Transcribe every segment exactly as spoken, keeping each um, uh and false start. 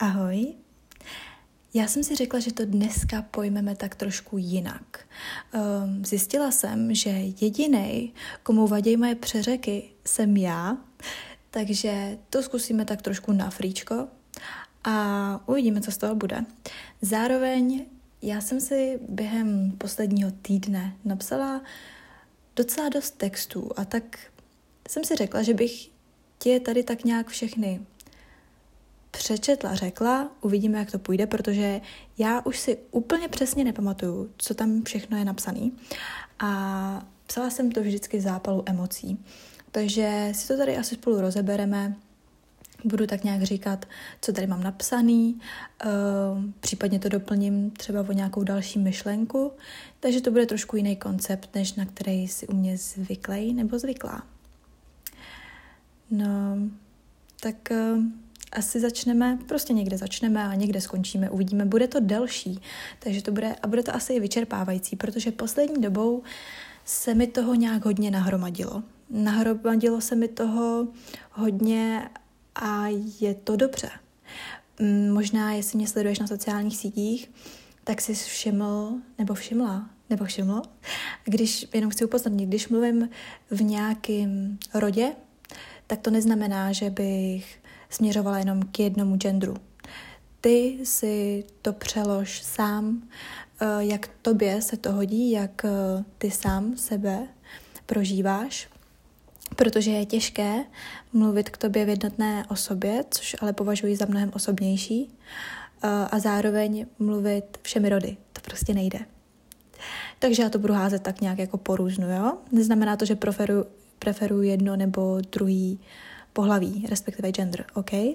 Ahoj. Já jsem si řekla, že to dneska pojmeme tak trošku jinak. Um, zjistila jsem, že jedinej, komu vadí moje přeřeky, jsem já, takže to zkusíme tak trošku na fríčko a uvidíme, co z toho bude. Zároveň já jsem si během posledního týdne napsala docela dost textů a tak jsem si řekla, že bych tě tady tak nějak všechny přečetla, řekla, uvidíme, jak to půjde, protože já už si úplně přesně nepamatuju, co tam všechno je napsaný a psala jsem to vždycky v zápalu emocí. Takže si to tady asi spolu rozebereme, budu tak nějak říkat, co tady mám napsaný, uh, případně to doplním třeba o nějakou další myšlenku, takže to bude trošku jiný koncept, než na který si u mě zvyklej nebo zvyklá. No, tak uh, asi začneme, prostě někde začneme a někde skončíme, uvidíme, bude to delší, takže to bude, a bude to asi i vyčerpávající, protože poslední dobou se mi toho nějak hodně nahromadilo. Nahromadilo se mi toho hodně a je to dobře. Možná, jestli mě sleduješ na sociálních sítích, tak jsi všiml, nebo všimla, nebo všimlo, když, jenom chci upozornit, když mluvím v nějakém rodě, tak to neznamená, že bych směřovala jenom k jednomu genderu. Ty si to přelož sám, jak tobě se to hodí, jak ty sám sebe prožíváš, protože je těžké mluvit k tobě v jednotné osobě, což ale považuji za mnohem osobnější, a zároveň mluvit všemi rody. To prostě nejde. Takže já to budu házet tak nějak jako po různu, jo? Neznamená to, že preferuji, preferuji jedno nebo druhý pohlaví, respektive gender, OK? Uh,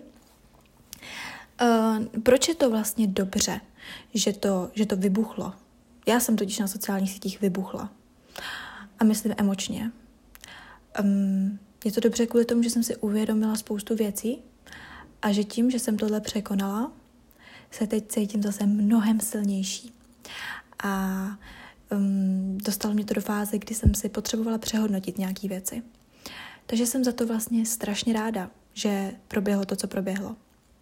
proč je to vlastně dobře, že to, že to vybuchlo? Já jsem totiž na sociálních sítích vybuchla. A myslím emočně. Um, je to dobře kvůli tomu, že jsem si uvědomila spoustu věcí a že tím, že jsem tohle překonala, se teď cítím zase mnohem silnější. A um, dostalo mě to do fáze, kdy jsem si potřebovala přehodnotit nějaké věci. Takže jsem za to vlastně strašně ráda, že proběhlo to, co proběhlo.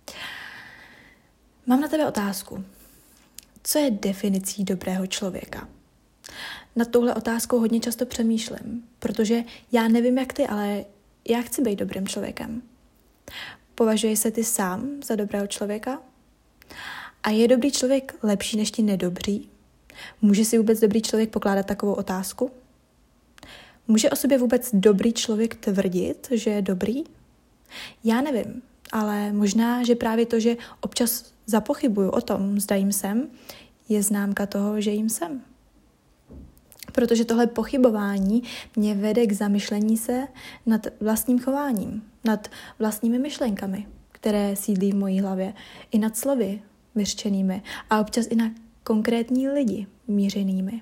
Mám na tebe otázku. Co je definicí dobrého člověka? Nad touhle otázkou hodně často přemýšlím, protože já nevím, jak ty, ale já chci být dobrým člověkem. Považuješ se ty sám za dobrého člověka? A je dobrý člověk lepší než ti nedobří? Může si vůbec dobrý člověk pokládat takovou otázku? Může o sobě vůbec dobrý člověk tvrdit, že je dobrý? Já nevím, ale možná, že právě to, že občas zapochybuju o tom, zda jim jsem, je známka toho, že jim jsem. Protože tohle pochybování mě vede k zamyšlení se nad vlastním chováním, nad vlastními myšlenkami, které sídlí v mojí hlavě, i nad slovy vyřčenými a občas i na konkrétní lidi mířenými.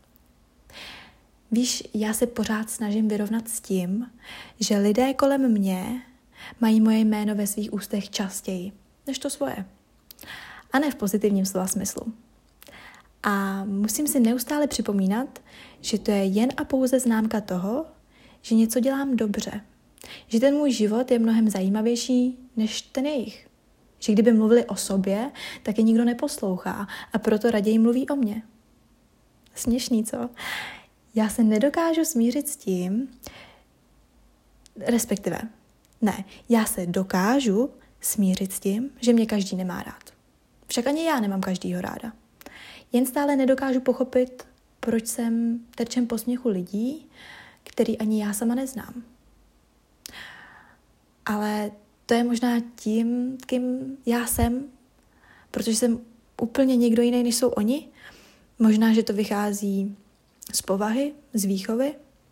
Víš, já se pořád snažím vyrovnat s tím, že lidé kolem mě mají moje jméno ve svých ústech častěji než to svoje. A ne v pozitivním slova smyslu. A musím si neustále připomínat, že to je jen a pouze známka toho, že něco dělám dobře. Že ten můj život je mnohem zajímavější než ten jejich. Že kdyby mluvili o sobě, tak je nikdo neposlouchá a proto raději mluví o mně. Směšný, co? Já se nedokážu smířit s tím, respektive, ne, já se dokážu smířit s tím, že mě každý nemá rád. Však ani já nemám každýho ráda. Jen stále nedokážu pochopit, proč jsem terčem posměchu lidí, který ani já sama neznám. Ale to je možná tím, kým já jsem, protože jsem úplně někdo jiný, než jsou oni. Možná, že to vychází z povahy, z výchovy,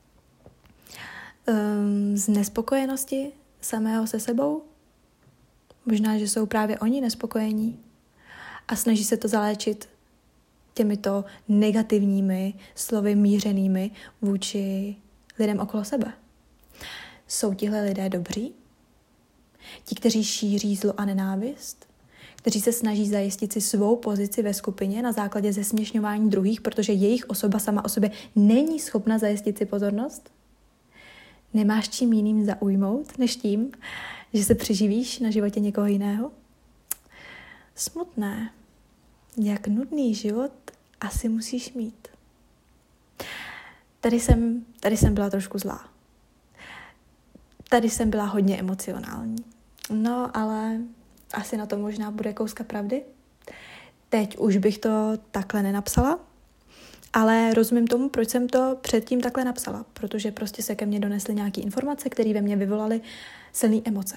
z nespokojenosti samého se sebou. Možná, že jsou právě oni nespokojení a snaží se to zaléčit těmito negativními slovy mířenými vůči lidem okolo sebe. Jsou tihle lidé dobří? Ti, kteří šíří zlo a nenávist? Kteří se snaží zajistit si svou pozici ve skupině na základě zesměšňování druhých, protože jejich osoba sama o sobě není schopna zajistit si pozornost? Nemáš čím jiným zaujmout, než tím, že se přiživíš na životě někoho jiného? Smutné. Jak nudný život asi musíš mít. Tady jsem, tady jsem byla trošku zlá. Tady jsem byla hodně emocionální. No, ale asi na to možná bude kouska pravdy. Teď už bych to takhle nenapsala, ale rozumím tomu, proč jsem to předtím takhle napsala, protože prostě se ke mně donesly nějaké informace, které ve mně vyvolaly silné emoce.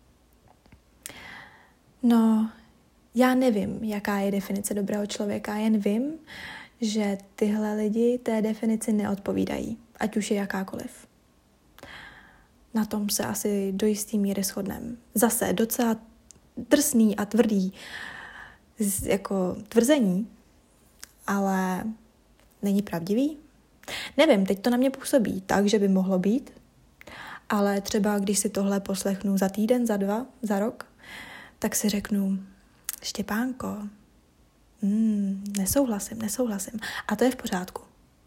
No, já nevím, jaká je definice dobrého člověka, jen vím, že tyhle lidi té definici neodpovídají, ať už je jakákoliv. Na tom se asi do jistý míry shodneme. Zase docela drsný a tvrdý jako tvrzení, ale není pravdivý. Nevím, teď to na mě působí tak, že by mohlo být, ale třeba když si tohle poslechnu za týden, za dva, za rok, tak si řeknu, Štěpánko, mm, nesouhlasím, nesouhlasím. A to je v pořádku.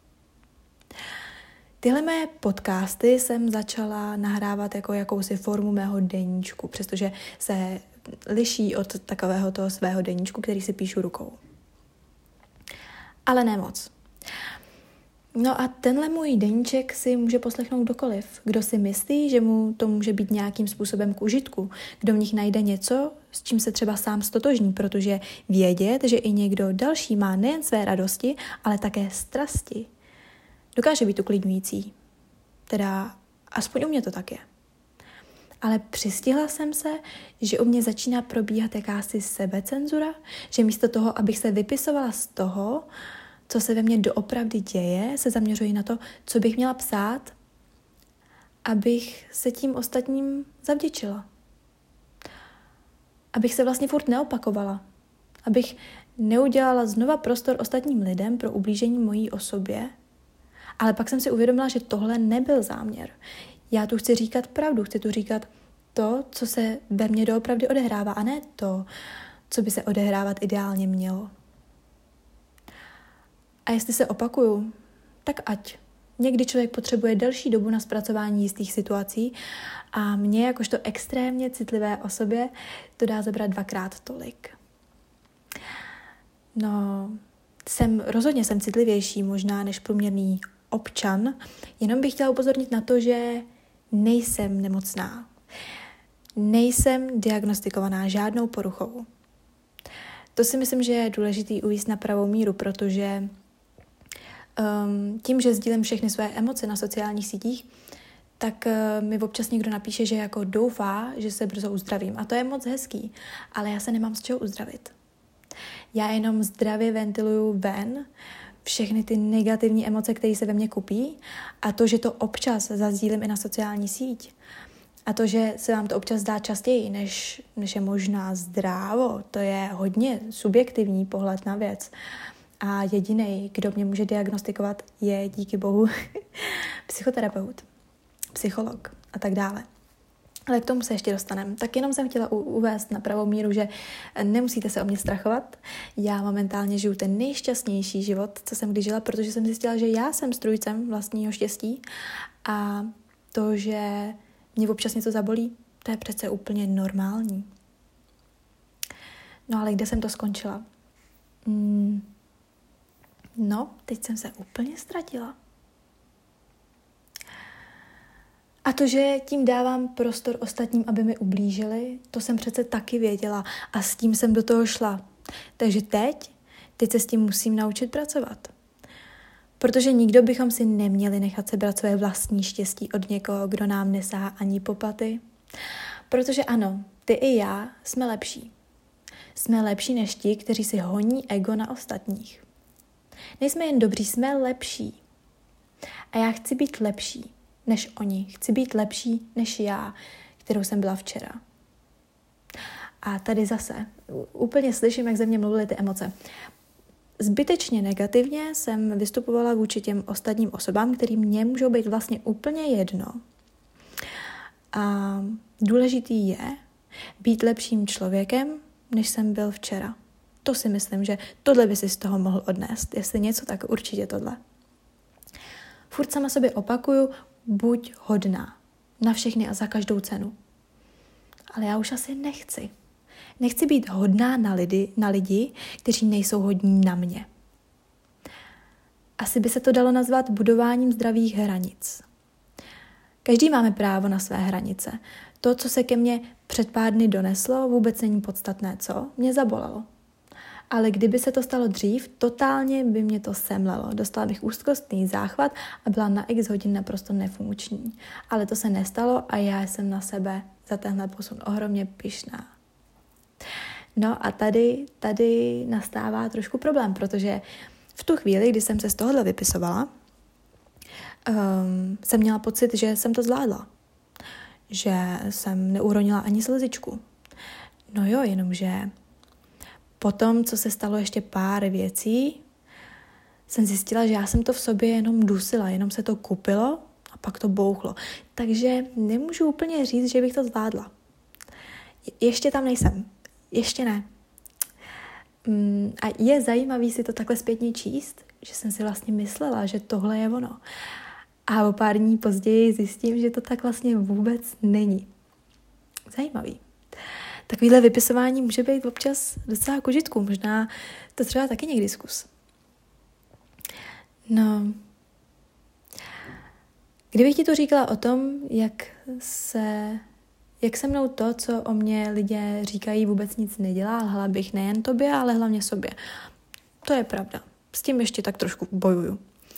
Tyhle mé podcasty jsem začala nahrávat jako jakousi formu mého deníčku, přestože se liší od takového toho svého deníčku, který si píšu rukou. Ale ne moc. No a tenhle můj deníček si může poslechnout kdokoliv, kdo si myslí, že mu to může být nějakým způsobem k užitku, kdo v nich najde něco, s čím se třeba sám stotožní, protože vědět, že i někdo další má nejen své radosti, ale také strasti, dokáže být uklidňující. Teda aspoň u mě to tak je. Ale přistihla jsem se, že u mě začíná probíhat jakási sebecenzura, že místo toho, abych se vypisovala z toho, co se ve mně doopravdy děje, se zaměřuji na to, co bych měla psát, abych se tím ostatním zavděčila. Abych se vlastně furt neopakovala. Abych neudělala znova prostor ostatním lidem pro ublížení mojí osobě. Ale pak jsem si uvědomila, že tohle nebyl záměr. Já tu chci říkat pravdu, chci tu říkat to, co se ve mně doopravdy odehrává, a ne to, co by se odehrávat ideálně mělo. A jestli se opakuju, tak ať. Někdy člověk potřebuje delší dobu na zpracování jistých situací a mně, jakožto extrémně citlivé osobě, to dá zabrat dvakrát tolik. No, jsem, rozhodně jsem citlivější možná než průměrný občan, jenom bych chtěla upozornit na to, že nejsem nemocná. Nejsem diagnostikovaná žádnou poruchou. To si myslím, že je důležitý uvést na pravou míru, protože um, tím, že sdílím všechny své emoce na sociálních sítích, tak uh, mi občas někdo napíše, že jako doufá, že se brzo uzdravím. A to je moc hezký, ale já se nemám z čeho uzdravit. Já jenom zdravě ventiluju ven všechny ty negativní emoce, které se ve mně kupí, a to, že to občas zazdílím i na sociální síť, a to, že se vám to občas zdá častěji, než, než je možná zdrávo, to je hodně subjektivní pohled na věc. A jediný, kdo mě může diagnostikovat, je díky bohu psychoterapeut, psycholog a tak dále. Ale k tomu se ještě dostaneme. Tak jenom jsem chtěla uvést na pravou míru, že nemusíte se o mě strachovat. Já momentálně žiju ten nejšťastnější život, co jsem kdy žila, protože jsem zjistila, že já jsem strůjcem vlastního štěstí a to, že mě občas něco zabolí, to je přece úplně normální. No ale kde jsem to skončila? Hmm. No, teď jsem se úplně ztratila. A to, že tím dávám prostor ostatním, aby mi ublížili, to jsem přece taky věděla a s tím jsem do toho šla. Takže teď, teď se s tím musím naučit pracovat. Protože nikdo bychom si neměli nechat sebrat své vlastní štěstí od někoho, kdo nám nesahá ani po paty. Protože ano, ty i já jsme lepší. Jsme lepší než ti, kteří si honí ego na ostatních. Nejsme jen dobří, jsme lepší. A já chci být lepší než oni. Chci být lepší než já, kterou jsem byla včera. A tady zase úplně slyším, jak ze mě mluvily ty emoce. Zbytečně negativně jsem vystupovala vůči těm ostatním osobám, kterým mě můžou být vlastně úplně jedno. A důležitý je být lepším člověkem, než jsem byl včera. To si myslím, že tohle by si z toho mohl odnést. Jestli něco, tak určitě tohle. Furt sama sobě opakuju, buď hodná. Na všechny a za každou cenu. Ale já už asi nechci. Nechci být hodná na lidi, na lidi, kteří nejsou hodní na mě. Asi by se to dalo nazvat budováním zdravých hranic. Každý máme právo na své hranice. To, co se ke mně před pár dny doneslo, vůbec není podstatné, co? Mě zabolelo. Ale kdyby se to stalo dřív, totálně by mě to semlelo. Dostala bych úzkostný záchvat a byla na x hodin naprosto nefunkční. Ale to se nestalo a já jsem na sebe za tenhle posun ohromně pyšná. No a tady, tady nastává trošku problém, protože v tu chvíli, kdy jsem se z tohohle vypisovala, um, jsem měla pocit, že jsem to zvládla. Že jsem neuronila ani slzičku. No jo, jenomže potom, co se stalo ještě pár věcí, jsem zjistila, že já jsem to v sobě jenom dusila, jenom se to kupilo a pak to bouchlo. Takže nemůžu úplně říct, že bych to zvládla. Je- ještě tam nejsem. Ještě ne. Mm, a je zajímavý si to takhle zpětně číst, že jsem si vlastně myslela, že tohle je ono. A o pár dní později zjistím, že to tak vlastně vůbec není. Zajímavý. Takovýhle vypisování může být občas docela k užitku. Možná to třeba taky někdy zkus. No, kdybych ti to říkala o tom, jak se, jak se mnou to, co o mě lidé říkají, vůbec nic nedělá, lhala bych nejen tobě, ale hlavně sobě. To je pravda. S tím ještě tak trošku bojuju.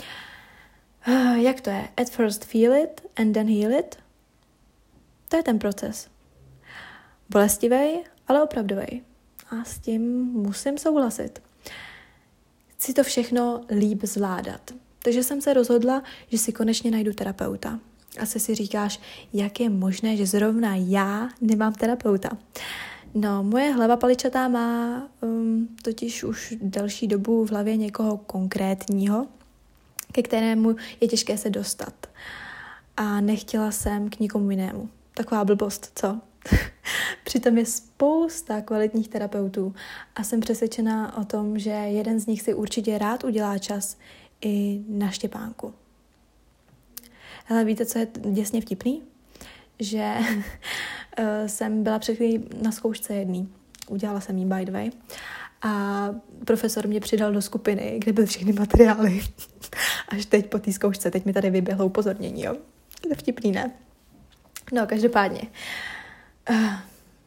Jak to je? At first feel it and then heal it? To je ten proces. Bolestivej, ale opravdovej. A s tím musím souhlasit. Chci to všechno líp zvládat. Takže jsem se rozhodla, že si konečně najdu terapeuta. Asi si říkáš, jak je možné, že zrovna já nemám terapeuta. No, moje hlava paličatá má um, totiž už další dobu v hlavě někoho konkrétního, ke kterému je těžké se dostat. A nechtěla jsem k nikomu jinému. Taková blbost, co? Přitom je spousta kvalitních terapeutů a jsem přesvědčená o tom, že jeden z nich si určitě rád udělá čas i na Štěpánku. Hele, víte, co je děsně vtipný? Že jsem byla před chvílí na zkoušce jedný. Udělala jsem jí by the way. A profesor mě přidal do skupiny, kde byly všechny materiály. Až teď po té zkoušce, teď mi tady vyběhlo upozornění, jo? Je to vtipný, ne? No, každopádně. Uh,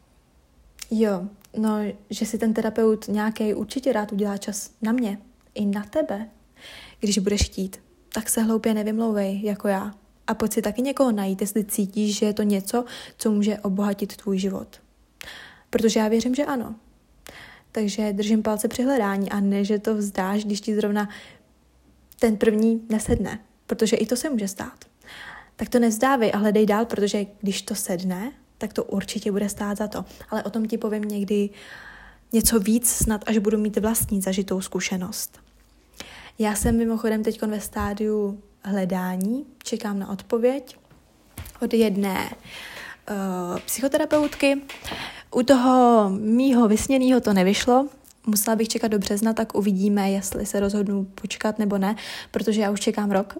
jo, no, že si ten terapeut nějaký určitě rád udělá čas na mě, i na tebe. Když budeš chtít, tak se hloupě nevymlouvej, jako já. A pojď si taky někoho najít, jestli cítíš, že je to něco, co může obohatit tvůj život. Protože já věřím, že ano. Takže držím palce při hledání a ne, že to vzdáš, když ti zrovna ten první nesedne. Protože i to se může stát. Tak to nevzdávej a hledej dál, protože když to sedne, tak to určitě bude stát za to. Ale o tom ti povím někdy něco víc, snad až budu mít vlastní zažitou zkušenost. Já jsem mimochodem teď ve stádiu hledání, čekám na odpověď od jedné uh, psychoterapeutky. U toho mýho vysněného to nevyšlo, musela bych čekat do března, tak uvidíme, jestli se rozhodnu počkat nebo ne, protože já už čekám rok.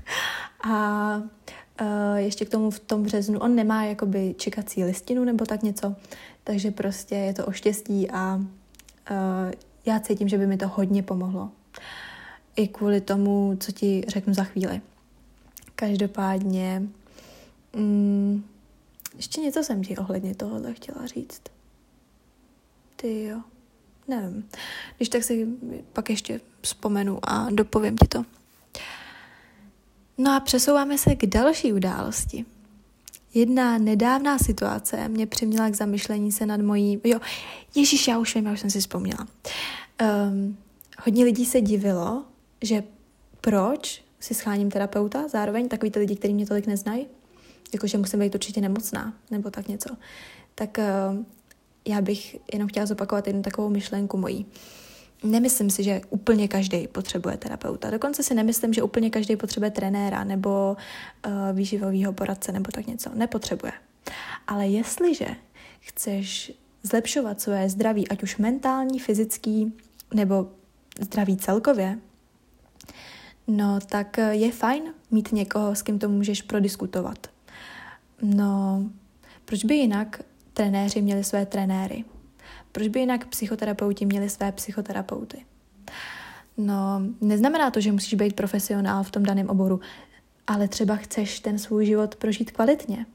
A uh, ještě k tomu v tom březnu, on nemá jakoby čekací listinu nebo tak něco, takže prostě je to o štěstí a uh, já cítím, že by mi to hodně pomohlo. I kvůli tomu, co ti řeknu za chvíli. Každopádně mm, ještě něco jsem ti ohledně tohohle chtěla říct. Ty jo, nevím. Když tak si pak ještě vzpomenu a dopovím ti to. No a přesouváme se k další události. Jedna nedávná situace mě přiměla k zamyšlení se nad mojí... Jo, ježiš, já už vím, já už jsem si vzpomněla. Um, hodně lidí se divilo, že proč si scháním terapeuta, zároveň takový ty lidi, kteří mě tolik neznají, jakože musím být určitě nemocná, nebo tak něco. Tak uh, já bych jenom chtěla zopakovat jednu takovou myšlenku mojí. Nemyslím si, že úplně každý potřebuje terapeuta. Dokonce si nemyslím, že úplně každý potřebuje trenéra nebo uh, výživového poradce nebo tak něco. Nepotřebuje. Ale jestliže chceš zlepšovat své zdraví, ať už mentální, fyzický nebo zdraví celkově, no tak je fajn mít někoho, s kým to můžeš prodiskutovat. No, proč by jinak trenéři měli své trenéry? Proč by jinak psychoterapeuti měli své psychoterapeuty? No, neznamená to, že musíš být profesionál v tom daném oboru, ale třeba chceš ten svůj život prožít kvalitně.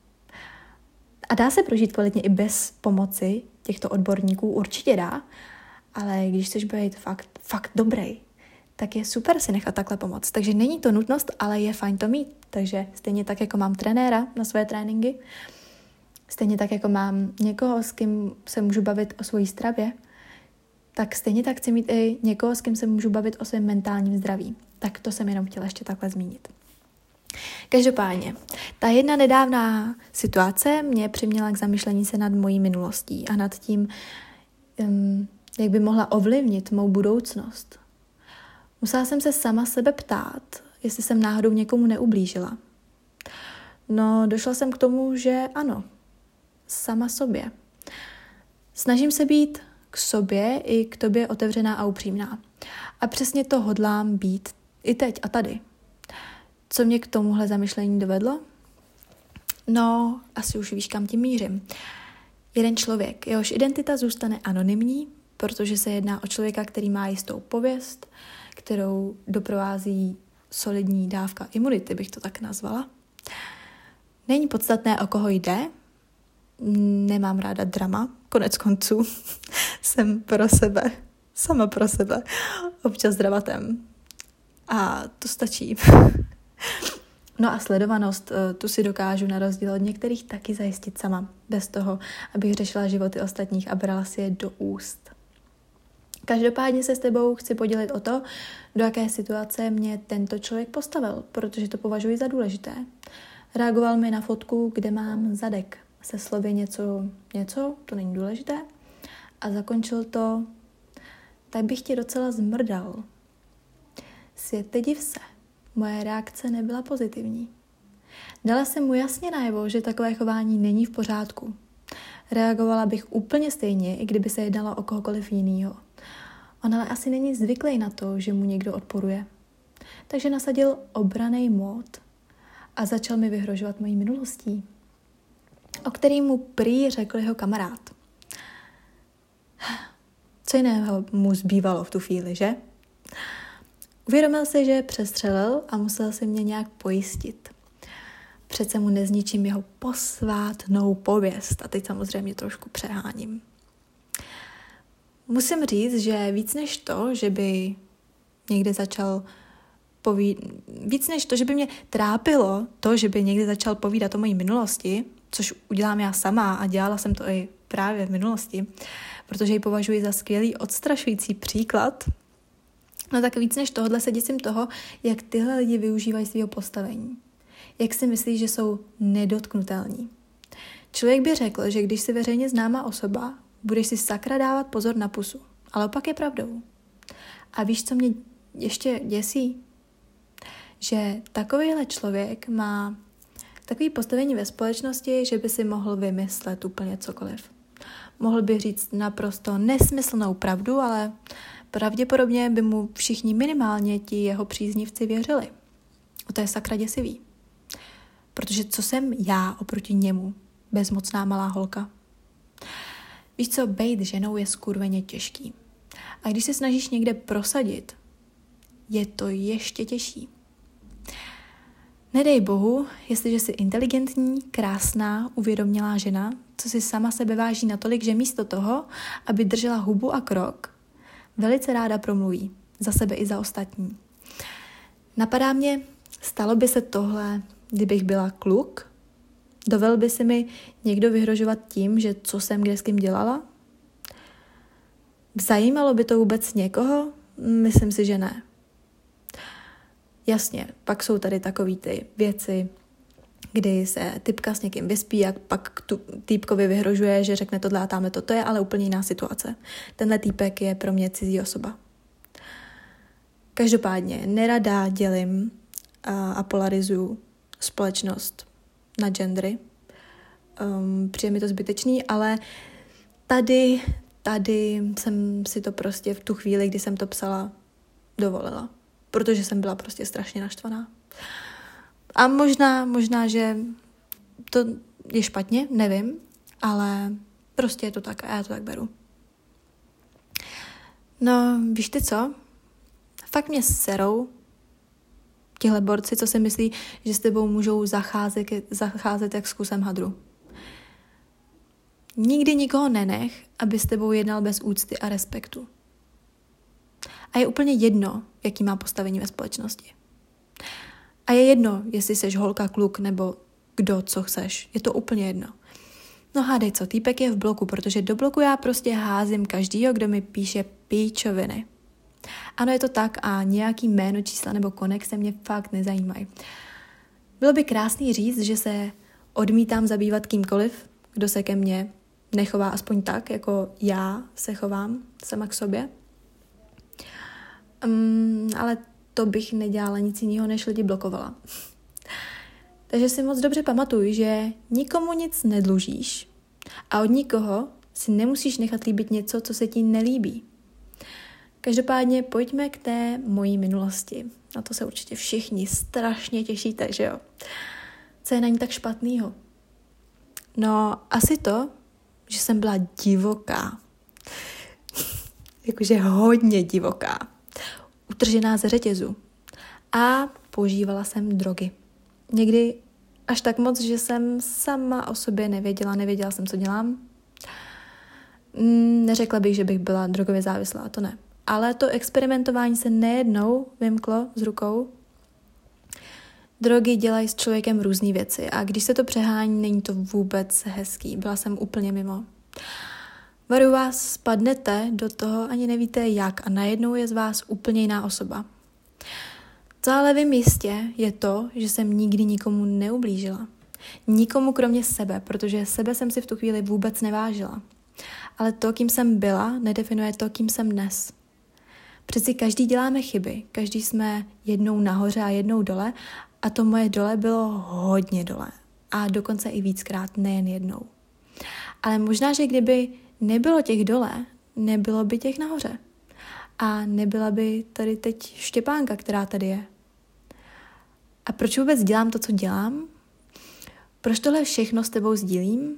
A dá se prožít kvalitně i bez pomoci těchto odborníků, určitě dá, ale když chceš být fakt, fakt dobrý, tak je super si nechat takhle pomoct. Takže není to nutnost, ale je fajn to mít. Takže stejně tak, jako mám trenéra na své tréninky, stejně tak, jako mám někoho, s kým se můžu bavit o svojí stravě, tak stejně tak chci mít i někoho, s kým se můžu bavit o svém mentálním zdraví. Tak to jsem jenom chtěla ještě takhle zmínit. Každopádně, ta jedna nedávná situace mě přiměla k zamyšlení se nad mojí minulostí a nad tím, um, jak by mohla ovlivnit mou budoucnost. Musela jsem se sama sebe ptát, jestli jsem náhodou někomu neublížila. No, došla jsem k tomu, že ano, sama sobě. Snažím se být k sobě i k tobě otevřená a upřímná. A přesně to hodlám být i teď a tady. Co mě k tomuhle zamyšlení dovedlo? No, asi už víš, kam tím mířím. Jeden člověk, jehož identita zůstane anonymní, protože se jedná o člověka, který má jistou pověst, kterou doprovází solidní dávka imunity, bych to tak nazvala. Není podstatné, o koho jde, nemám ráda drama, konec konců jsem pro sebe, sama pro sebe, občas dramatem. A to stačí. No a sledovanost, tu si dokážu na rozdíl od některých taky zajistit sama, bez toho, abych řešila životy ostatních a brala si je do úst. Každopádně se s tebou chci podělit o to, do jaké situace mě tento člověk postavil, protože to považuji za důležité. Reagoval mi na fotku, kde mám zadek, se slovy něco, něco, to není důležité, a zakončil to, tak bych ti docela zmrdal. Světe div se, moje reakce nebyla pozitivní. Dala jsem mu jasně najevo, že takové chování není v pořádku. Reagovala bych úplně stejně, i kdyby se jednalo o kohokoliv jinýho. On ale asi není zvyklý na to, že mu někdo odporuje. Takže nasadil obranný mód a začal mi vyhrožovat mojí minulostí, o který mu prý řekl jeho kamarád. Co jiného mu zbývalo v tu chvíli, že? Uvědomil si, že přestřelil a musel si mě nějak pojistit. Přece mu nezničím jeho posvátnou pověst a teď samozřejmě trošku přeháním. Musím říct, že víc než to, že by někde začal povídat, víc než to, že by mě trápilo to, že by někdy začal povídat o mojí minulosti, což udělám já sama a dělala jsem to i právě v minulosti, protože ji považuji za skvělý odstrašující příklad. No tak víc než tohle se děsím toho, jak tyhle lidi využívají svého postavení. Jak si myslí, že jsou nedotknutelní. Člověk by řekl, že když jsi veřejně známá osoba, budeš si sakra dávat pozor na pusu. Ale opak je pravdou. A víš, co mě ještě děsí? Že takovýhle člověk má takový postavení ve společnosti, že by si mohl vymyslet úplně cokoliv. Mohl by říct naprosto nesmyslnou pravdu, ale pravděpodobně by mu všichni minimálně ti jeho příznivci věřili. A to je sakra děsivý. Protože co jsem já oproti němu, bezmocná malá holka? Víš co, bejt ženou je skurveně těžký. A když se snažíš někde prosadit, je to ještě těžší. Nedej bohu, jestliže jsi inteligentní, krásná, uvědomělá žena, co si sama sebe váží natolik, že místo toho, aby držela hubu a krok, velice ráda promluví za sebe i za ostatní. Napadá mě, stalo by se tohle, kdybych byla kluk? Dovedl by si mi někdo vyhrožovat tím, že co jsem kde s kým dělala? Zajímalo by to vůbec někoho? Myslím si, že ne. Jasně, pak jsou tady takový ty věci, kdy se typka s někým vyspí a pak tu týpkovi vyhrožuje, že řekne tohle a tamhle to. To je ale úplně jiná situace. Tenhle týpek je pro mě cizí osoba. Každopádně nerada dělím a, a polarizuju společnost na gendery. Um, přijde mi to zbytečný, ale tady, tady jsem si to prostě v tu chvíli, kdy jsem to psala, dovolila. Protože jsem byla prostě strašně naštvaná. A možná, možná, že to je špatně, nevím, ale Prostě je to tak a já to tak beru. No, víš ty co? Fakt mě serou tihle borci, co si myslí, že s tebou můžou zacházet, zacházet jak s kusem hadru. Nikdy nikoho nenech, aby s tebou jednal bez úcty a respektu. A je úplně jedno, jaký má postavení ve společnosti. A je jedno, jestli seš holka, kluk nebo kdo, co chceš. Je to úplně jedno. No hádej co, týpek je v bloku, protože do bloku já prostě házím každýho, kdo mi píše píčoviny. Ano, je to tak a nějaký jméno, čísla nebo konexe mě fakt nezajímají. Bylo by krásný říct, že se odmítám zabývat kýmkoliv, kdo se ke mně nechová aspoň tak, jako já se chovám sama k sobě. Um, ale to bych nedělala nic jiného, než lidi blokovala. Takže si moc dobře pamatuj, že nikomu nic nedlužíš a od nikoho si nemusíš nechat líbit něco, co se ti nelíbí. Každopádně pojďme k té mojí minulosti. Na to se určitě všichni strašně těšíte, že jo? Co je na ní tak špatného? No, asi to, že jsem byla divoká. Jakože hodně divoká. Utržená ze řetězu. A používala jsem drogy. Někdy až tak moc, že jsem sama o sobě nevěděla, nevěděla jsem, co dělám. Neřekla bych, že bych byla drogově závislá, to ne. Ale to experimentování se nejednou vymklo z rukou. Drogy dělají s člověkem různý věci a když se to přehání, není to vůbec hezký. Byla jsem úplně mimo. Varuju vás, spadnete do toho, ani nevíte jak a najednou je z vás úplně jiná osoba. Co ale vím jistě, je to, že jsem nikdy nikomu neublížila. Nikomu kromě sebe, protože sebe jsem si v tu chvíli vůbec nevážila. Ale to, kým jsem byla, nedefinuje to, kým jsem dnes. Přeci každý děláme chyby, každý jsme jednou nahoře a jednou dole a to moje dole bylo hodně dole a dokonce i víckrát, nejen jednou. Ale možná, že kdyby nebylo těch dole, nebylo by těch nahoře. A nebyla by tady teď Štěpánka, která tady je. A proč vůbec dělám to, co dělám? Proč tohle všechno s tebou sdílím?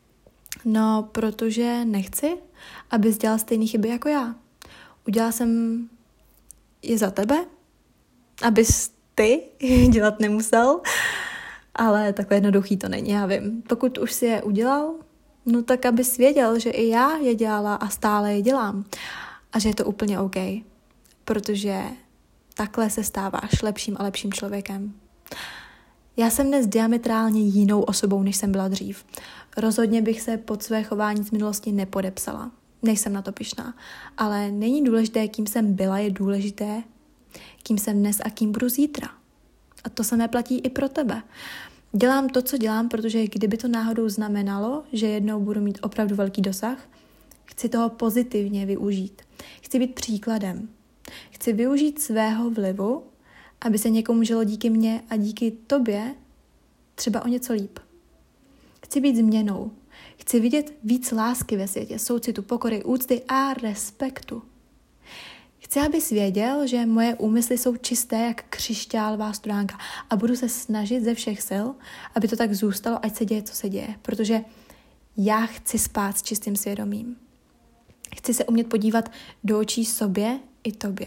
No, protože nechci, abys dělal stejné chyby jako já. Udělala jsem je za tebe, abys ty dělat nemusel, ale takhle jednoduchý to není, já vím. Pokud už si je udělal, no tak abys věděl, že i já je dělala a stále je dělám. A že je to úplně OK, protože takhle se stáváš lepším a lepším člověkem. Já jsem dnes diametrálně jinou osobou, než jsem byla dřív. Rozhodně bych se pod své chování z minulosti nepodepsala. Nejsem na to pyšná. Ale není důležité, kým jsem byla, je důležité, kým jsem dnes a kým budu zítra. A to samé platí i pro tebe. Dělám to, co dělám, protože kdyby to náhodou znamenalo, že jednou budu mít opravdu velký dosah, chci toho pozitivně využít. Chci být příkladem. Chci využít svého vlivu, aby se někomu žilo díky mně a díky tobě třeba o něco líp. Chci být změnou. Chci vidět víc lásky ve světě, soucitu, pokory, úcty a respektu. Chci, abys věděl, že moje úmysly jsou čisté jak křišťálová studánka a budu se snažit ze všech sil, aby to tak zůstalo, ať se děje, co se děje. Protože já chci spát s čistým svědomím. Chci se umět podívat do očí sobě i tobě.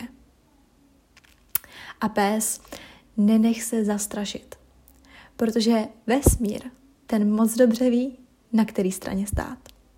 A pés, nenech se zastrašit. Protože vesmír ten moc dobře ví, na který straně stát.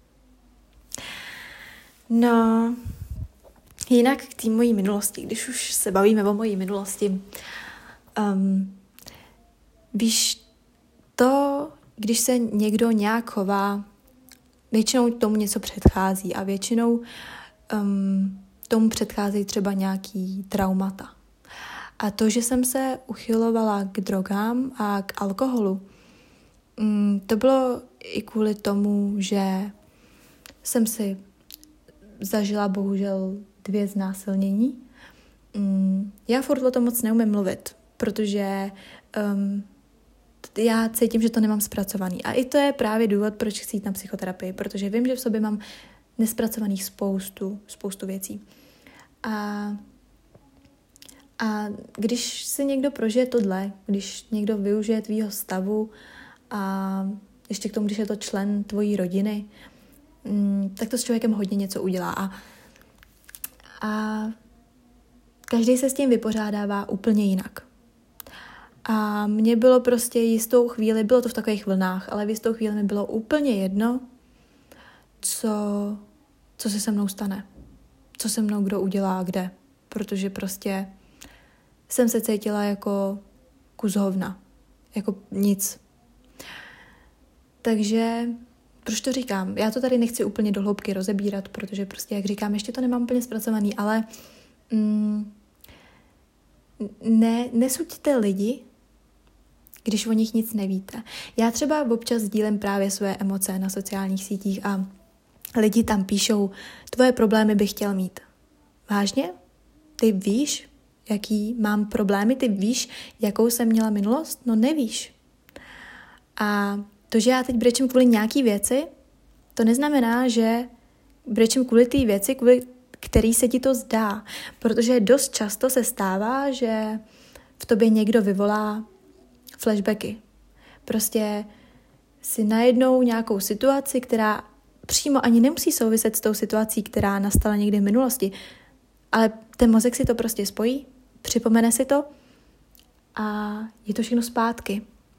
No, jinak k té mojí minulosti, když už se bavíme o mojí minulosti, um, víš, to, když se někdo nějak chová, většinou tomu něco předchází a většinou um, tomu předcházejí třeba nějaký traumata. A to, že jsem se uchylovala k drogám a k alkoholu, um, to bylo i kvůli tomu, že jsem si zažila bohužel dvě znásilnění. Um, já furt o tom moc neumím mluvit, protože um, já cítím, že to nemám zpracovaný. A i to je právě důvod, proč chci jít na psychoterapii, protože vím, že v sobě mám nespracovaných spoustu, spoustu věcí. A, a když si někdo prožije tohle, když někdo využije tvýho stavu a ještě k tomu, když je to člen tvojí rodiny, mm, tak to s člověkem hodně něco udělá. A, a každý se s tím vypořádává úplně jinak. A mně bylo prostě jistou chvíli, bylo to v takových vlnách, ale v jistou chvíli mi bylo úplně jedno, co, co se se mnou stane. Co se mnou kdo udělá, kde. Protože prostě jsem se cítila jako kus hovna. Jako nic. Takže proč to říkám? Já to tady nechci úplně do hloubky rozebírat, protože prostě, jak říkám, ještě to nemám úplně zpracovaný, ale mm, ne, nesuďte lidi, když o nich nic nevíte. Já třeba občas sdílím právě své emoce na sociálních sítích a lidi tam píšou, tvoje problémy bych chtěl mít. Vážně? Ty víš, jaký mám problémy? Ty víš, jakou jsem měla minulost? No nevíš. A to, že já teď brečím kvůli nějaký věci, to neznamená, že brečím kvůli té věci, kvůli který se ti to zdá. Protože dost často se stává, že v tobě někdo vyvolá flashbacky. Prostě si najednou nějakou situaci, která přímo ani nemusí souviset s tou situací, která nastala někdy v minulosti, ale ten mozek si to prostě spojí, připomene si to a je to všechno zpátky.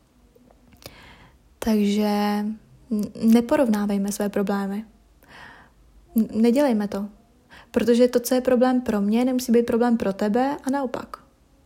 Takže neporovnávejme své problémy. Nedělejme to. Protože to, co je problém pro mě, nemusí být problém pro tebe a naopak.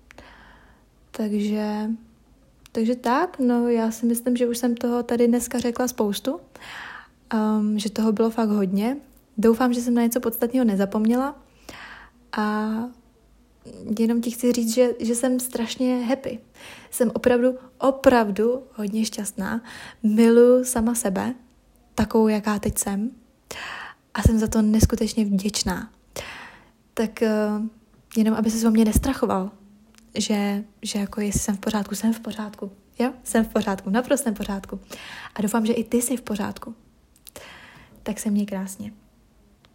Takže, takže tak, no já si myslím, že už jsem toho tady dneska řekla spoustu, um, že toho bylo fakt hodně. Doufám, že jsem na něco podstatného nezapomněla a jenom ti chci říct, že, že jsem strašně happy. Jsem opravdu, opravdu hodně šťastná. Miluji sama sebe, takovou, jaká teď jsem. A jsem za to neskutečně vděčná. Tak uh, jenom, aby ses o mě nestrachoval, že, že jako jestli jsem v pořádku, jsem v pořádku. Jo, jsem v pořádku, naprosto jsem v pořádku. A doufám, že i ty jsi v pořádku. Tak se měj krásně.